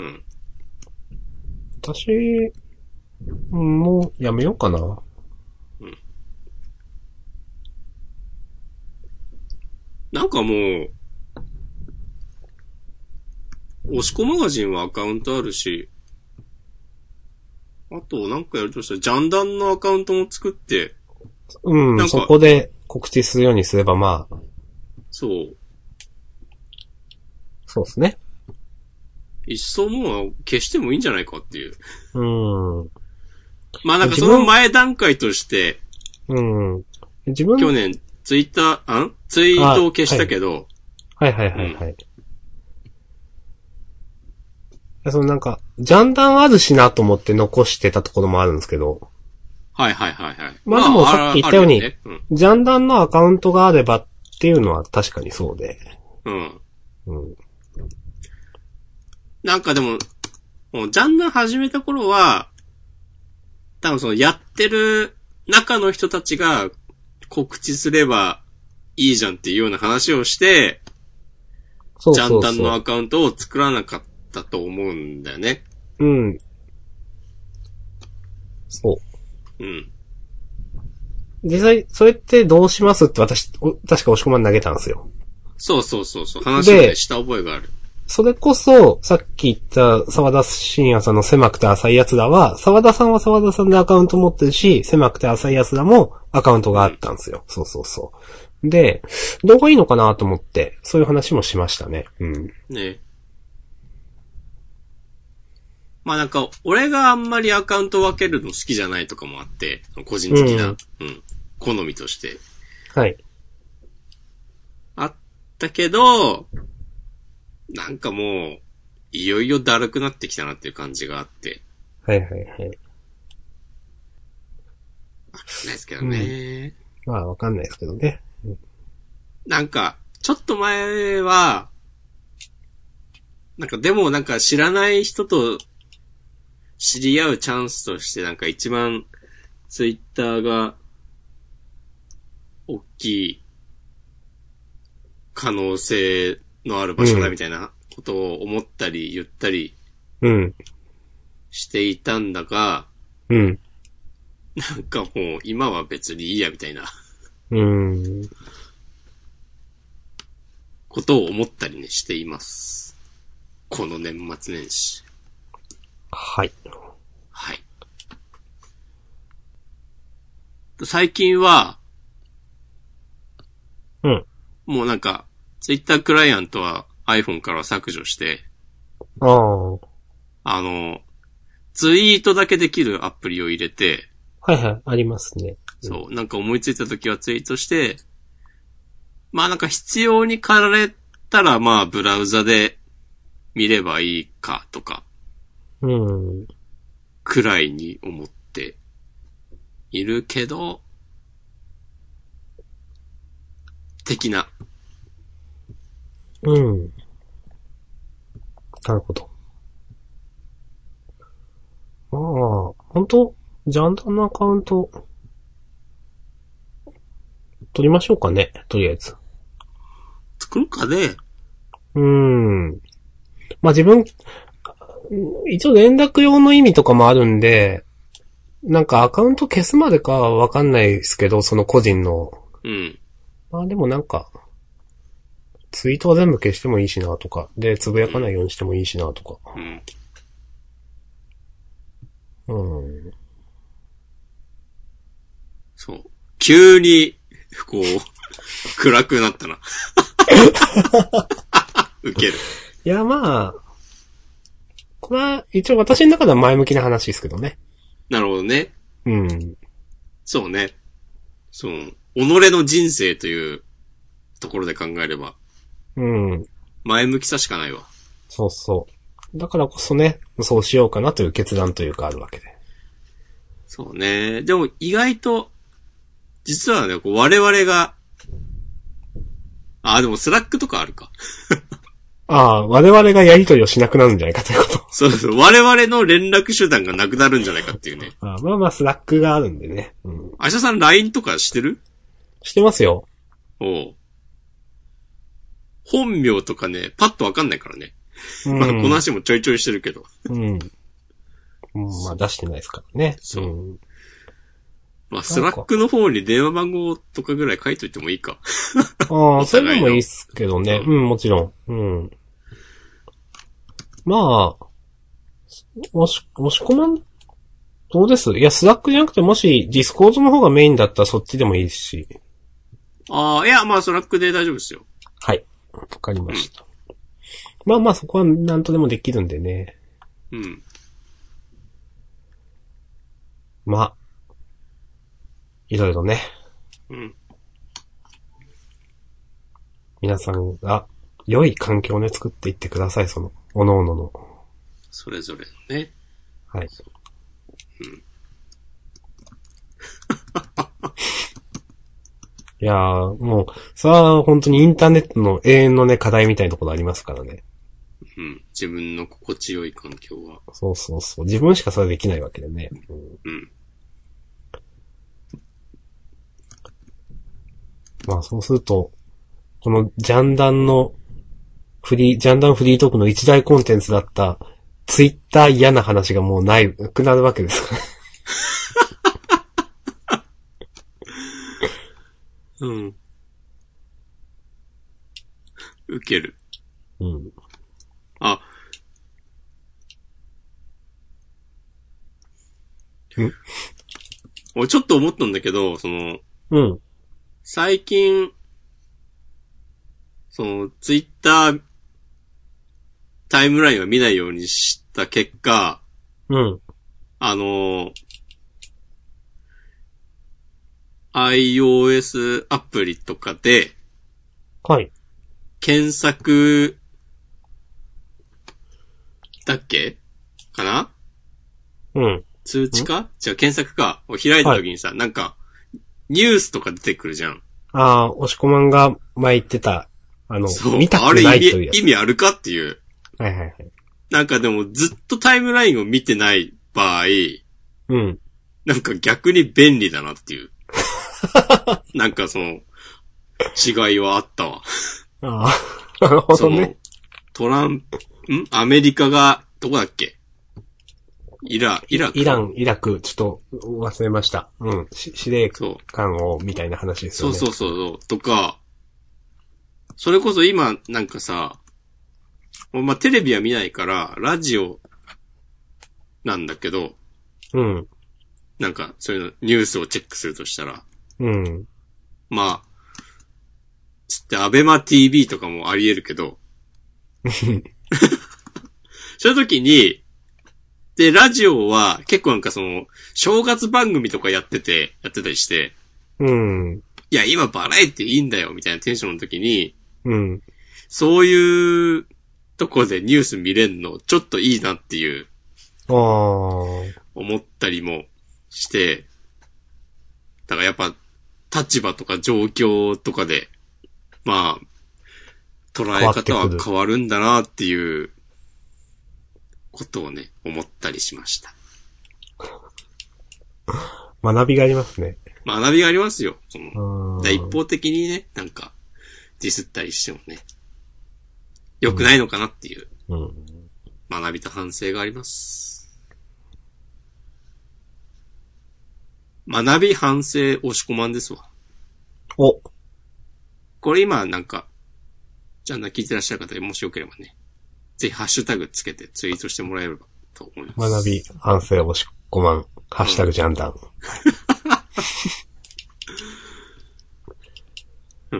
私、もうやめようかな。うん。 なんかもう、押し子マガジンはアカウントあるし、あとなんかやるとしたらジャンダンのアカウントも作って、 うん、そこで告知するようにすればまあ。 そう。 そうですね。 いっそもう消してもいいんじゃないかっていう。 うん。 まあなんかその前段階として、 うん。自分去年ツイッター、んツイートを消したけど、 はい、はいはいはいはい。うん、そのなんか、ジャンダンあるしなと思って残してたところもあるんですけど。 はいはいはいはい。 まあでもさっき言ったように、ねうん、ジャンダンのアカウントがあればっていうのは確かにそうで。 うん。 うん。 なんかでも、もうジャンダン始めた頃は、多分そのやってる中の人たちが告知すればいいじゃんっていうような話をして、そうそうそうジャンダンのアカウントを作らなかったと思うんだよね。 うん。そう。 うん。 実際、それってどうしますって私、確か押し込まん投げたんですよ。 そうそうそうそう。話をね、した覚えがある。 それこそ、さっき言った沢田信也さんの狭くて浅いやつらは、沢田さんは沢田さんでアカウント持ってるし、狭くて浅いやつらもアカウントがあったんですよ。うん、そうそうそう。で、どうがいいのかなと思って、そういう話もしましたね。うん。 ね。まあなんか、俺があんまりアカウント分けるの好きじゃないとかもあって、個人的な、うん、うん、好みとして。 はい。 あったけど、なんかもう、いよいよだるくなってきたなっていう感じがあって。 はいはいはい。 わかんないですけどね。 うん、まあわかんないですけどね。うん、 なんか、ちょっと前は、なんかでもなんか知らない人と知り合うチャンスとしてなんか一番ツイッターが大きい可能性のある場所だみたいなことを思ったり言ったりしていたんだが、 うん。 なんかもう今は別にいいやみたいなうん。 ことを思ったりねしています。この年末年始。 はい。 はい。最近は、 うん。 もうなんか、ツイッタークライアントは iPhone から削除して、 ああ。 あの、ツイートだけできるアプリを入れて、 はいはい、ありますね。 うん、そう、なんか思いついた時はツイートして、まあなんか必要に駆られたらまあブラウザで見ればいいかとか、 うん。 くらいに思っているけど、的な。 うん。なるほど。ああ、本当ジャンダンのアカウント、取りましょうかね、とりあえず。 作るかね。 うーん。まあ、自分、一応連絡用の意味とかもあるんで、なんかアカウント消すまでかはわかんないですけど、その個人の。 うん。 まあでもなんか、ツイートは全部消してもいいしなとか、で、つぶやかないようにしてもいいしなとか。うん。うん。 そう。急に、こう、暗くなったな。ウケる。 いや、まあ、これは一応私の中では前向きな話ですけどね。 なるほどね。 うん。 そうね。そう。己の人生というところで考えれば。 うん。 前向きさしかないわ。 そうそう。だからこそね、そうしようかなという決断というかあるわけで。 そうね。でも意外と、実はね、こう我々が、あ、でもスラックとかあるか。 ああ、我々がやりとりをしなくなるんじゃないかということ。 そうそう。我々の連絡手段がなくなるんじゃないかっていうね。 ああまあまあ、スラックがあるんでね。うん。 あしゃさん ライン とかしてる？ してますよ。 おう。本名とかね、パッとわかんないからね。 うん、 まあ、この話もちょいちょいしてるけど。 うん。うん、まあ、出してないですからね。 そう。 うん、 まあ、スラックの方に電話番号とかぐらい書いといてもいいか。 ああ、それでもいいっすけどね。うん、うん、もちろん。うん。まあ、もし、もし込まん、どうです？いや、スラックじゃなくて、もし、ディスコードの方がメインだったらそっちでもいいし。 ああ、いや、まあ、スラックで大丈夫ですよ。 はい。わかりました。うん、まあまあ、そこはなんとでもできるんでね。 うん。 まあ、いろいろね。 うん。 皆さんが良い環境をね、作っていってください、その、各々の。 それぞれのね。 はい。うん。いやー、もう、さあ、本当にインターネットの永遠のね、課題みたいなところありますからね。 うん。自分の心地よい環境は。 そうそうそう。自分しかそれできないわけでね。 うん。うん、 まあ、そうすると、このジャンダンのフリー、ジャンダンフリートークの一大コンテンツだった、ツイッター嫌な話がもうない、なくなるわけですから。 うん。ウケる。 うん。 あ。 ん？ 俺ちょっと思ったんだけど、その、 うん。 最近、その、ツイッター、タイムラインを見ないようにした結果、 うん。 あの、iOS アプリとかで、 はい。 検索、だっけかな？ うん。 通知か？じゃあ検索かを開いた時にさ、はい、なんか、ニュースとか出てくるじゃん。 ああ、押し込まんが前言ってた、あの、 そう、 見たくないというやつ。 あれ意味、意味あるかっていう。 はいはいはい。 なんかでもずっとタイムラインを見てない場合、 うん。 なんか逆に便利だなっていう。なんかその、違いはあったわ。 ああ、なるほどね。 トランプ、んアメリカが、どこだっけ？イラ、イラク。 イラン、イラク、ちょっと忘れました。うん。司令官を、みたいな話ですよね。 そうそうそう。とか、それこそ今、なんかさ、まあ、テレビは見ないから、ラジオ、なんだけど、 うん。 なんか、そういうの、ニュースをチェックするとしたら、 うん。 まあ、つって、アベマ ティーブイ とかもあり得るけど、そういう時に、で、ラジオは結構なんかその、正月番組とかやってて、やってたりして、 うん。 いや、今バラエティいいんだよ、みたいなテンションの時に、 うん。 そういうとこでニュース見れんの、ちょっといいなっていう、 ああ。 思ったりもして、だからやっぱ、立場とか状況とかで、まあ、捉え方は変わるんだなっていうことをね、思ったりしました。 学びがありますね。 学びがありますよ。その一方的にね、なんか、ディスったりしてもね、良くないのかなっていう、学びと反省があります。学び反省押し込まんですわ。 お。 これ今なんか、じゃあな聞いてらっしゃる方もしよければね、ぜひハッシュタグつけてツイートしてもらえればと思います。 学び反省押し込まん。ハッシュタグジャンダン。 うん。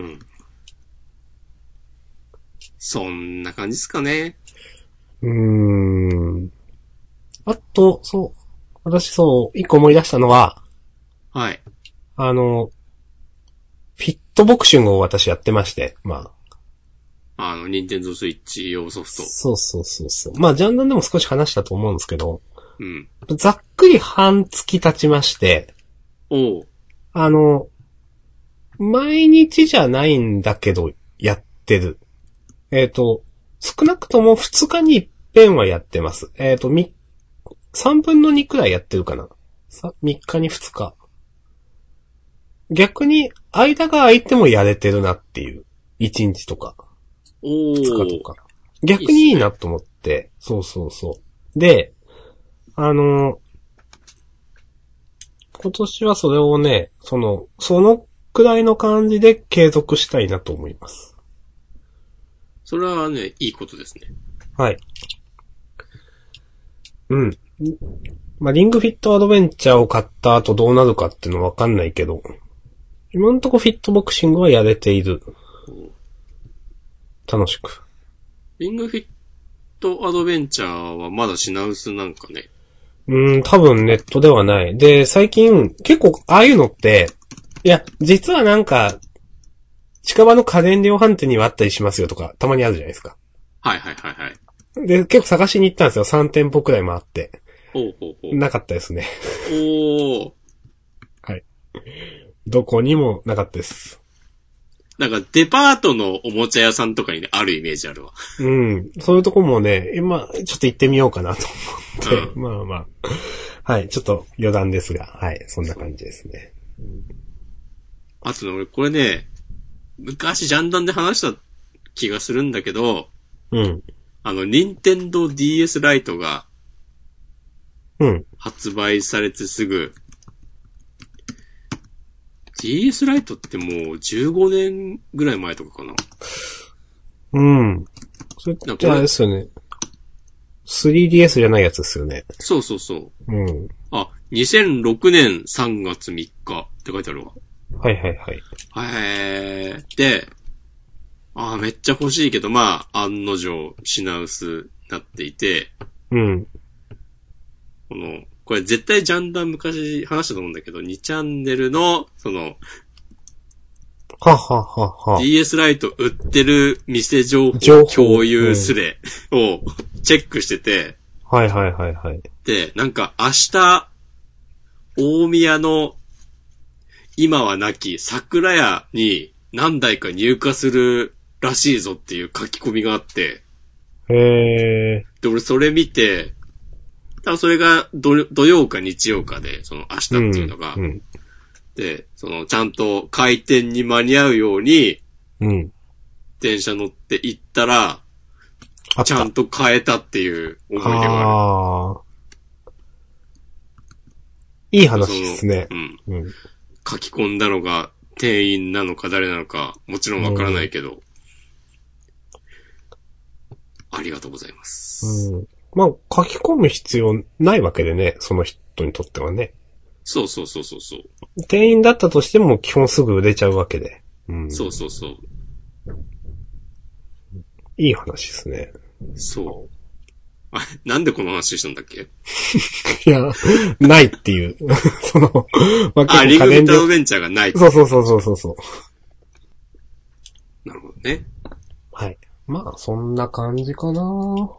そんな感じですかね。 うーん。あと、そう。私そう、一個思い出したのは、 はい。 あの、フィットボクシングを私やってまして、まあ。あの、ニンテンドースイッチ用ソフト。 そうそうそうそう。まあ、ジャンダンでも少し話したと思うんですけど、 うん。 ざっくり半月経ちまして、 おう。 あの、毎日じゃないんだけど、やってる。えっと、少なくともふつかに一遍はやってます。えっと、み、さんぶんのにくらいやってるかな。さ、みっかにふつか。逆に、間が空いてもやれてるなっていう。いちにちとか。 おー。 ふつかとか。逆にいいなと思って。いいっすね。そうそうそう。で、あの、今年はそれをね、その、そのくらいの感じで継続したいなと思います。 それはね、いいことですね。 はい。うん。まあ、リングフィットアドベンチャーを買った後どうなるかっていうのはわかんないけど、今んとこフィットボクシングはやれている。楽しく。 リングフィットアドベンチャーはまだ品薄なんかね。 うーん、多分ネットではない。で、最近、結構、ああいうのって、いや、実はなんか、近場の家電量販店にはあったりしますよとか、たまにあるじゃないですか。 はいはいはいはい。 で、結構探しに行ったんですよ。さん店舗くらいもあって。 ほうほうほう。 なかったですね。 おー。 はい。どこにもなかったです。 なんかデパートのおもちゃ屋さんとかに、ね、あるイメージあるわ。 うん。そういうとこもね、今、ちょっと行ってみようかなと思って。うん、まあまあ。はい。ちょっと余談ですが、はい。そんな感じですね。 あとね、俺これね、昔ジャンダンで話した気がするんだけど、 うん。 あの、ニンテンドー ディーエス ライトが、 うん。 発売されてすぐ、 ディーエス ライトってもうじゅうごねんぐらい前とかかな。 うん。それってあれですよね。スリーディーエス じゃないやつですよね。 そうそうそう。 うん。 あ、にせんろくねんさんがつみっかって書いてあるわ。 はいはいはい。 へー。で、あーめっちゃ欲しいけど、まあ、案の定品薄なっていて。 うん。 この、これ絶対ジャンダン昔話したと思うんだけど、にチャンネルの、その、 はははは。 ディーエス ライト売ってる店情報共有スレをチェックしてて、 はいはいはいはい。 で、なんか明日、大宮の今はなき桜屋に何台か入荷するらしいぞっていう書き込みがあって、 へー。 で、俺それ見て、多分それが土、土曜か日曜かで、その明日っていうのが、 うんうん、 で、そのちゃんと開店に間に合うように、 うん。 電車乗って行ったら、ちゃんと買えたっていう思い出がある。ああ。 いい話ですね。 うん。 うん。 書き込んだのが店員なのか誰なのか、もちろんわからないけど、うん、ありがとうございます。 うん。まあ、書き込む必要ないわけでね、その人にとってはね。 そうそうそうそうそう。 店員だったとしても基本すぐ売れちゃうわけで。うん、 そうそうそう。 いい話ですね。 そう。あ、なんでこの話したんだっけいや、ないっていう。その、 まあ、あ、リングフィットアドベンチャーがない。 そうそうそうそうそうそう。 なるほどね。 はい。まあ、そんな感じかな。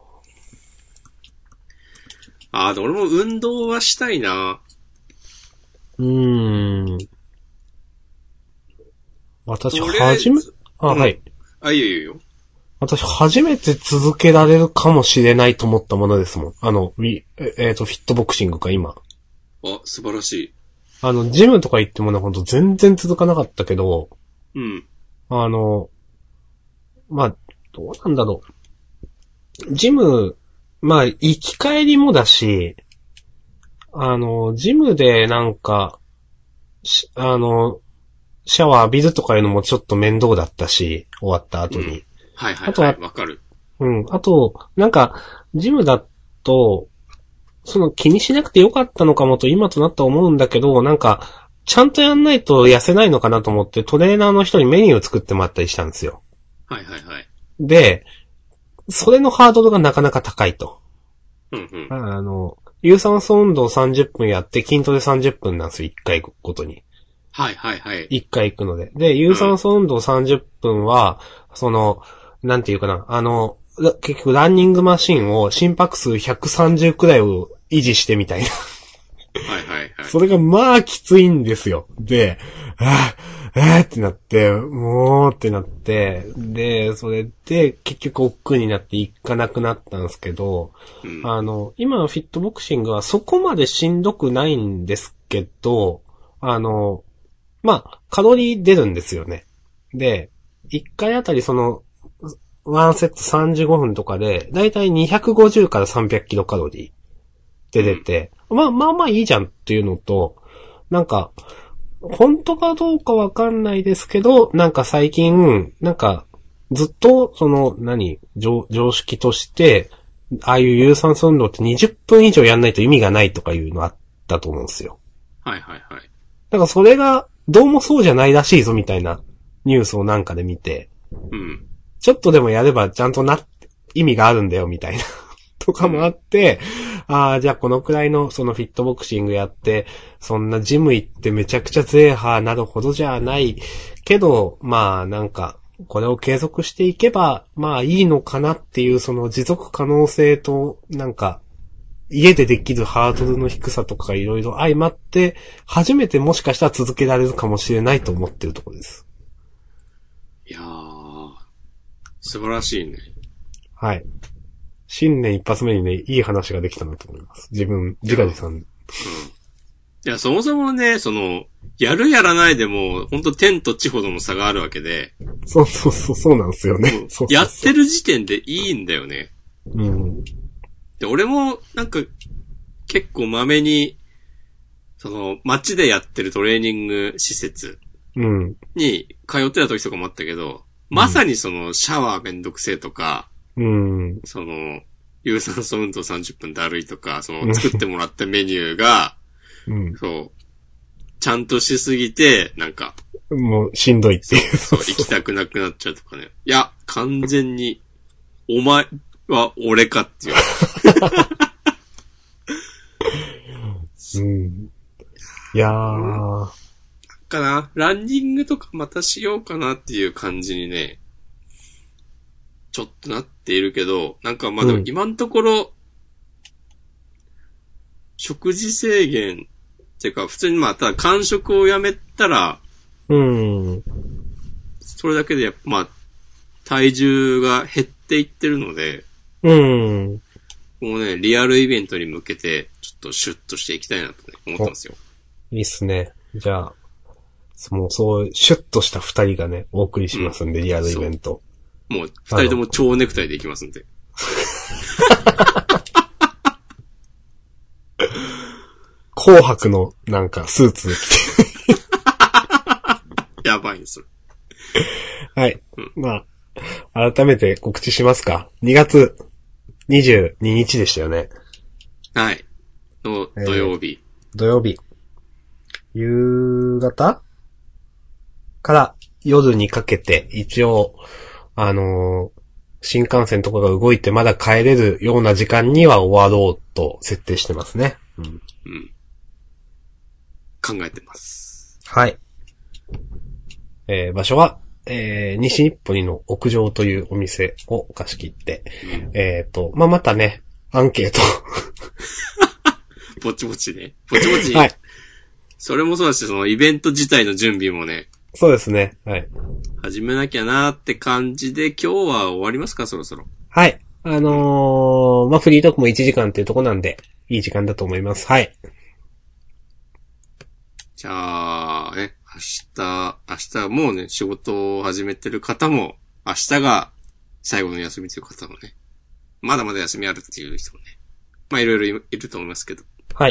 あ、で俺も運動はしたいな。 うーん。私、初め、あ、うん、はい。 あ、いいよいいよ。 私、初めて続けられるかもしれないと思ったものですもん。あの、えっ、えー、と、フィットボクシングか、今。 あ、素晴らしい。 あの、ジムとか行ってもね、ほんと全然続かなかったけど、 うん。 あの、まあ、どうなんだろう。ジム、まあ、行き帰りもだし、あの、ジムでなんか、あの、シャワー浴びるとかいうのもちょっと面倒だったし、終わった後に。うん、 はいはいはい、わかる。 うん。あと、なんか、ジムだと、その気にしなくてよかったのかもと今となった思うんだけど、なんか、ちゃんとやんないと痩せないのかなと思ってトレーナーの人にメニューを作ってもらったりしたんですよ。 はいはいはい。 で、それのハードルがなかなか高いと。 うんうん。 あの、有酸素運動さんじゅっぷんやって筋トレさんじゅっぷんなんですよ、いっかいごとに。 はいはいはい。 いっかい行くので。で、有酸素運動さんじゅっぷんは、うん、その、なんていうかな、あの、結局ランニングマシンを心拍数ひゃくさんじゅうくらいを維持してみたいな。 はいはいはい。 それがまあきついんですよ。で、ああ、ああってなって、もうってなって、で、それで結局億劫になって行かなくなったんですけど、うん、あの、今のフィットボクシングはそこまでしんどくないんですけど、あの、まあ、カロリー出るんですよね。で、いっかいあたりその、ワンセットさんじゅうごふんとかで、だいたいにひゃくごじゅうからさんびゃくキロカロリーで出て、うん、まあまあまあいいじゃんっていうのと、なんか、本当かどうかわかんないですけど、なんか最近、なんか、ずっと、その、何、常、常識として、ああいう有酸素運動ってにじゅっぷん以上やんないと意味がないとかいうのあったと思うんですよ。 はいはいはい。 だからそれが、どうもそうじゃないらしいぞみたいなニュースをなんかで見て、 うん。 ちょっとでもやればちゃんとな、意味があるんだよみたいなとかもあって、うん、ああ、じゃあこのくらいのそのフィットボクシングやって、そんなジム行ってめちゃくちゃゼーハーなるほどじゃないけど、まあなんか、これを継続していけば、まあいいのかなっていうその持続可能性と、なんか、家でできるハードルの低さとかいろいろ相まって、初めてもしかしたら続けられるかもしれないと思ってるところです。 いやー、素晴らしいね。 はい。新年一発目にね、いい話ができたなと思います。自分、自画自賛。うん。いや、そもそもね、その、やるやらないでも、ほんと天と地ほどの差があるわけで。 そうそうそう、そうなんですよね。そうそうそうやってる時点でいいんだよね。 うん。 で、俺も、なんか、結構まめに、その、街でやってるトレーニング施設うん。 に通ってた時とかもあったけど、まさにそのシャワーめんどくせえとか、 うん。 その、有酸素運動さんじゅっぷんだるいとか、その作ってもらったメニューが、 うん、 そう、ちゃんとしすぎて、なんか、 もうしんどいっていう。 そう、行きたくなくなっちゃうとかね。いや、完全に、お前は俺かっていう。 うん。いやー。 かな、ランニングとかまたしようかなっていう感じにね、ちょっとなっているけど、なんかまあでも今のところ、うん、食事制限っていうか普通にまあただ間食をやめたら、 うん。 それだけでやっぱまあ体重が減っていってるので、 うん。 もうね、リアルイベントに向けてちょっとシュッとしていきたいなと、ね、思ったんですよ。 いいっすね。じゃあ、もうそう、シュッとした二人がね、お送りしますんで、うん、リアルイベント。 もう二人とも超ネクタイでいきますんで。 紅白のなんかスーツ着て。やばいんですよ。 はい。うん、まあ、改めて告知しますか。にがつにじゅうににちでしたよね。 はい。の土曜日、 えー。土曜日。夕方から夜にかけて一応、あのー、新幹線とかが動いてまだ帰れるような時間には終わろうと設定してますね。うん。うん。 考えてます。 はい。えー、場所は、えー、西日暮里の屋上というお店を貸し切って、うん、えっと、まあ、またね、アンケート。 ぼちぼちね。ぼちぼち。 はい。 それもそうだし、そのイベント自体の準備もね。 そうですね。はい。 始めなきゃなーって感じで、今日は終わりますか、そろそろ。 はい。あのー、まあ、フリートークもいちじかんっていうとこなんで、いい時間だと思います。はい。 じゃあ、ね、明日、明日もうね、仕事を始めてる方も、明日が最後の休みという方もね、まだまだ休みあるっていう人もね、まあいろいろいると思いますけど。 はい。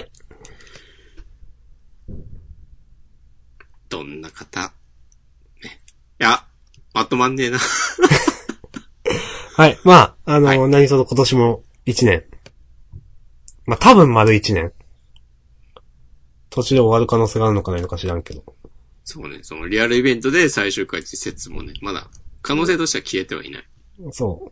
どんな方、ね。いや、まとまんねえな。 はい。まあ、あの、はい、何卒今年もいちねん。まあ多分丸いちねん。途中で終わる可能性があるのかないのか知らんけど。 そうね、そのリアルイベントで最終回って説もね、まだ可能性としては消えてはいない。 そう。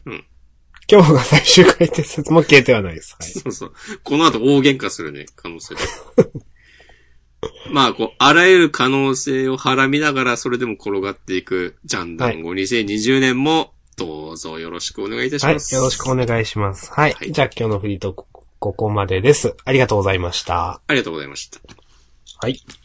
うん。 今日が最終回って説も消えてはないです。はい。 そうそう。この後大喧嘩するね、可能性で。まあ、こう、あらゆる可能性をはらみながら、それでも転がっていく、ジャンダンゴにせんにじゅうねんも、どうぞよろしくお願いいたします。 はい、よろしくお願いします。はい。はい、じゃあ今日のフリートーク、ここまでです。ありがとうございました。 ありがとうございました。 はい。